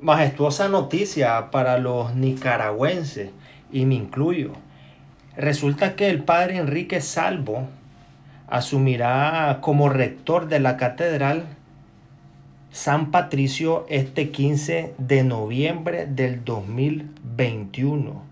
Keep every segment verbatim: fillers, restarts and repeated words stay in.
Majestuosa noticia para los nicaragüenses, y me incluyo. Resulta que el padre Enrique Salvo asumirá como rector de la Catedral San Patricio este quince de noviembre del dos mil veintiuno.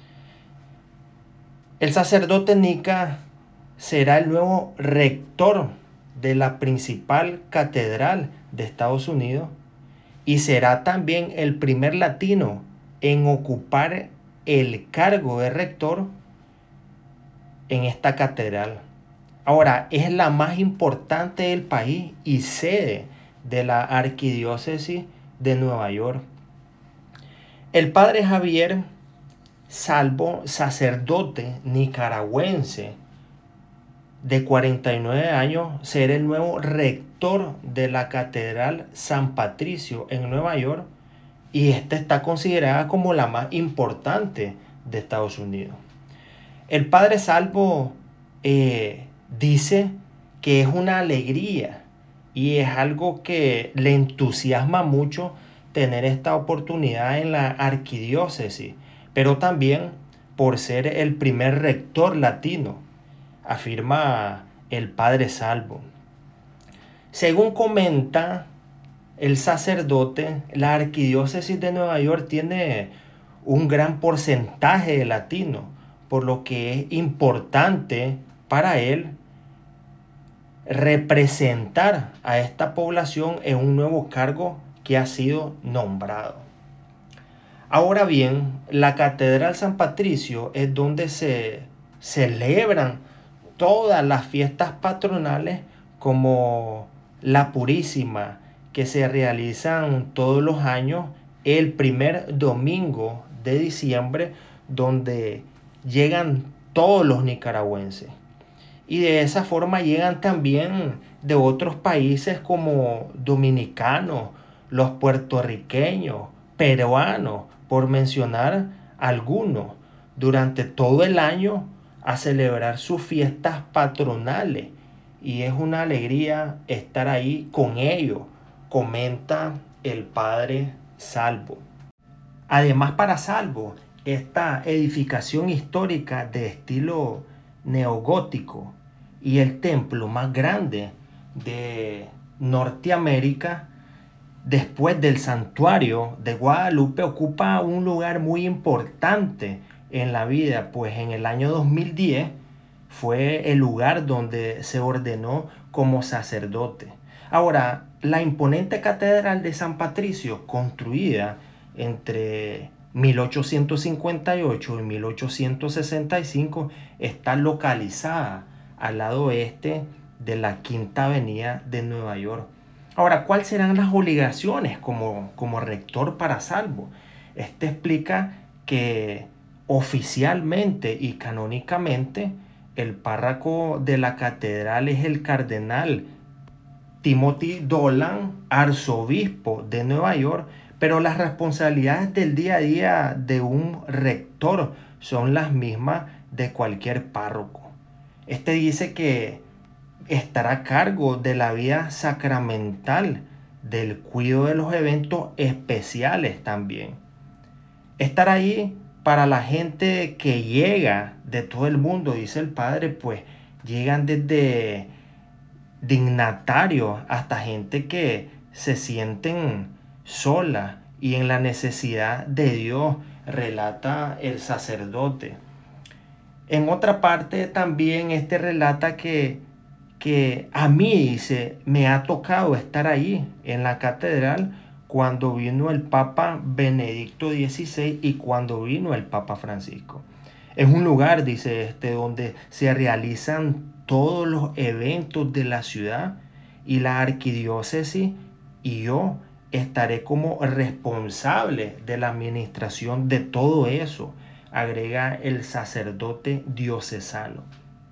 El sacerdote Nica será el nuevo rector de la principal catedral de Estados Unidos y será también el primer latino en ocupar el cargo de rector en esta catedral. Ahora, es la más importante del país y sede de la arquidiócesis de Nueva York. El padre Javier Salvo, sacerdote nicaragüense de cuarenta y nueve años, será el nuevo rector de la Catedral San Patricio en Nueva York, y esta está considerada como la más importante de Estados Unidos. El padre Salvo eh, dice que es una alegría y es algo que le entusiasma mucho tener esta oportunidad en la arquidiócesis, pero también por ser el primer rector latino, afirma el padre Salvo. Según comenta el sacerdote, la arquidiócesis de Nueva York tiene un gran porcentaje de latinos, por lo que es importante para él representar a esta población en un nuevo cargo que ha sido nombrado. Ahora bien, la Catedral San Patricio es donde se celebran todas las fiestas patronales, como la Purísima, que se realizan todos los años el primer domingo de diciembre, donde llegan todos los nicaragüenses. Y de esa forma llegan también de otros países como dominicanos, los puertorriqueños, peruanos, por mencionar algunos, durante todo el año a celebrar sus fiestas patronales. Y es una alegría estar ahí con ellos, comenta el padre Salvo. Además, para Salvo, esta edificación histórica de estilo neogótico y el templo más grande de Norteamérica, después del santuario de Guadalupe, ocupa un lugar muy importante en la vida, pues en el año dos mil diez fue el lugar donde se ordenó como sacerdote. Ahora, la imponente catedral de San Patricio, construida entre mil ochocientos cincuenta y ocho y mil ochocientos sesenta y cinco, está localizada al lado oeste de la Quinta Avenida de Nueva York. Ahora, ¿cuáles serán las obligaciones como, como rector para Salvo? Este explica que oficialmente y canónicamente el párroco de la catedral es el cardenal Timothy Dolan, arzobispo de Nueva York, pero las responsabilidades del día a día de un rector son las mismas de cualquier párroco. Este dice que estará a cargo de la vida sacramental, del cuidado de los eventos especiales también. Estar ahí para la gente que llega de todo el mundo, dice el padre, pues llegan desde dignatarios hasta gente que se sienten solas y en la necesidad de Dios, relata el sacerdote. En otra parte también este relata que, que a mí, dice, me ha tocado estar ahí en la catedral cuando vino el Papa Benedicto dieciséis y cuando vino el Papa Francisco. Es un lugar, dice este, donde se realizan todos los eventos de la ciudad y la arquidiócesis, y yo estaré como responsable de la administración de todo eso, agrega el sacerdote diocesano.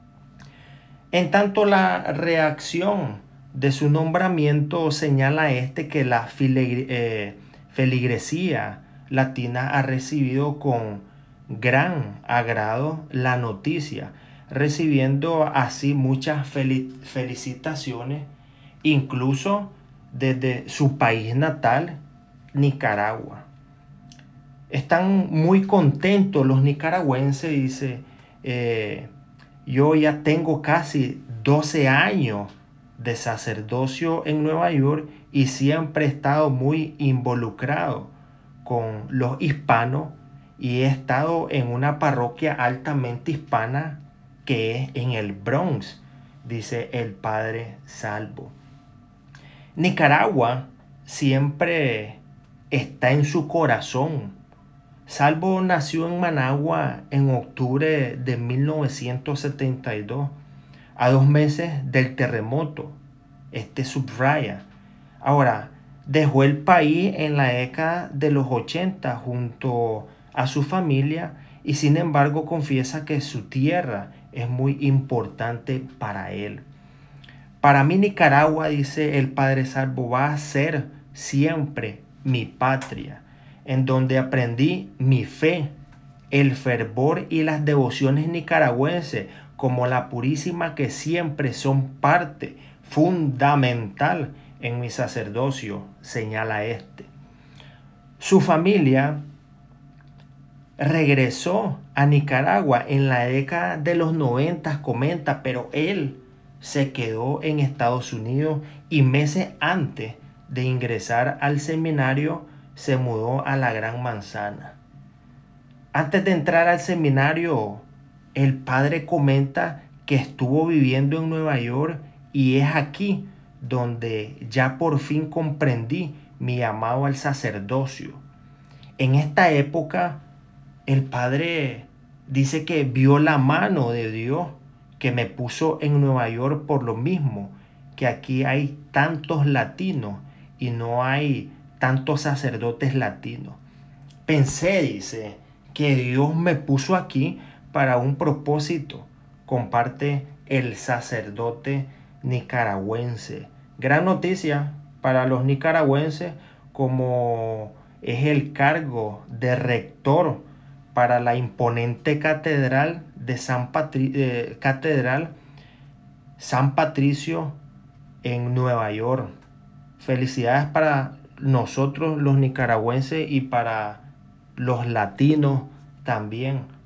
En tanto, la reacción de su nombramiento señala este que la filigre, eh, feligresía latina ha recibido con gran agrado la noticia, recibiendo así muchas fel- felicitaciones, incluso desde su país natal, Nicaragua. Están muy contentos los nicaragüenses, dice, eh, yo ya tengo casi doce años de sacerdocio en Nueva York y siempre he estado muy involucrado con los hispanos y he estado en una parroquia altamente hispana que es en el Bronx, dice el padre Salvo. Nicaragua siempre está en su corazón. Salvo nació en Managua en octubre de mil novecientos setenta y dos, a dos meses del terremoto. Este subraya. Ahora, dejó el país en la década de los ochenta junto a su familia y sin embargo confiesa que su tierra es muy importante para él. Para mí Nicaragua, dice el padre Salvo, va a ser siempre mi patria, en donde aprendí mi fe, el fervor y las devociones nicaragüenses como la purísima que siempre son parte fundamental en mi sacerdocio, señala este. Su familia regresó a Nicaragua en la década de los noventa, comenta, pero él se quedó en Estados Unidos y meses antes de ingresar al seminario se mudó a la Gran Manzana. Antes de entrar al seminario, el padre comenta que estuvo viviendo en Nueva York y es aquí donde ya por fin comprendí mi llamado al sacerdocio. En esta época, el padre dice que vio la mano de Dios que me puso en Nueva York por lo mismo, que aquí hay tantos latinos y no hay tantos sacerdotes latinos. Pensé, dice, que Dios me puso aquí para un propósito, comparte el sacerdote nicaragüense. Gran noticia para los nicaragüenses, como es el cargo de rector para la imponente catedral de San, Patri- eh, catedral San Patricio en Nueva York. Felicidades para nosotros los nicaragüenses y para los latinos también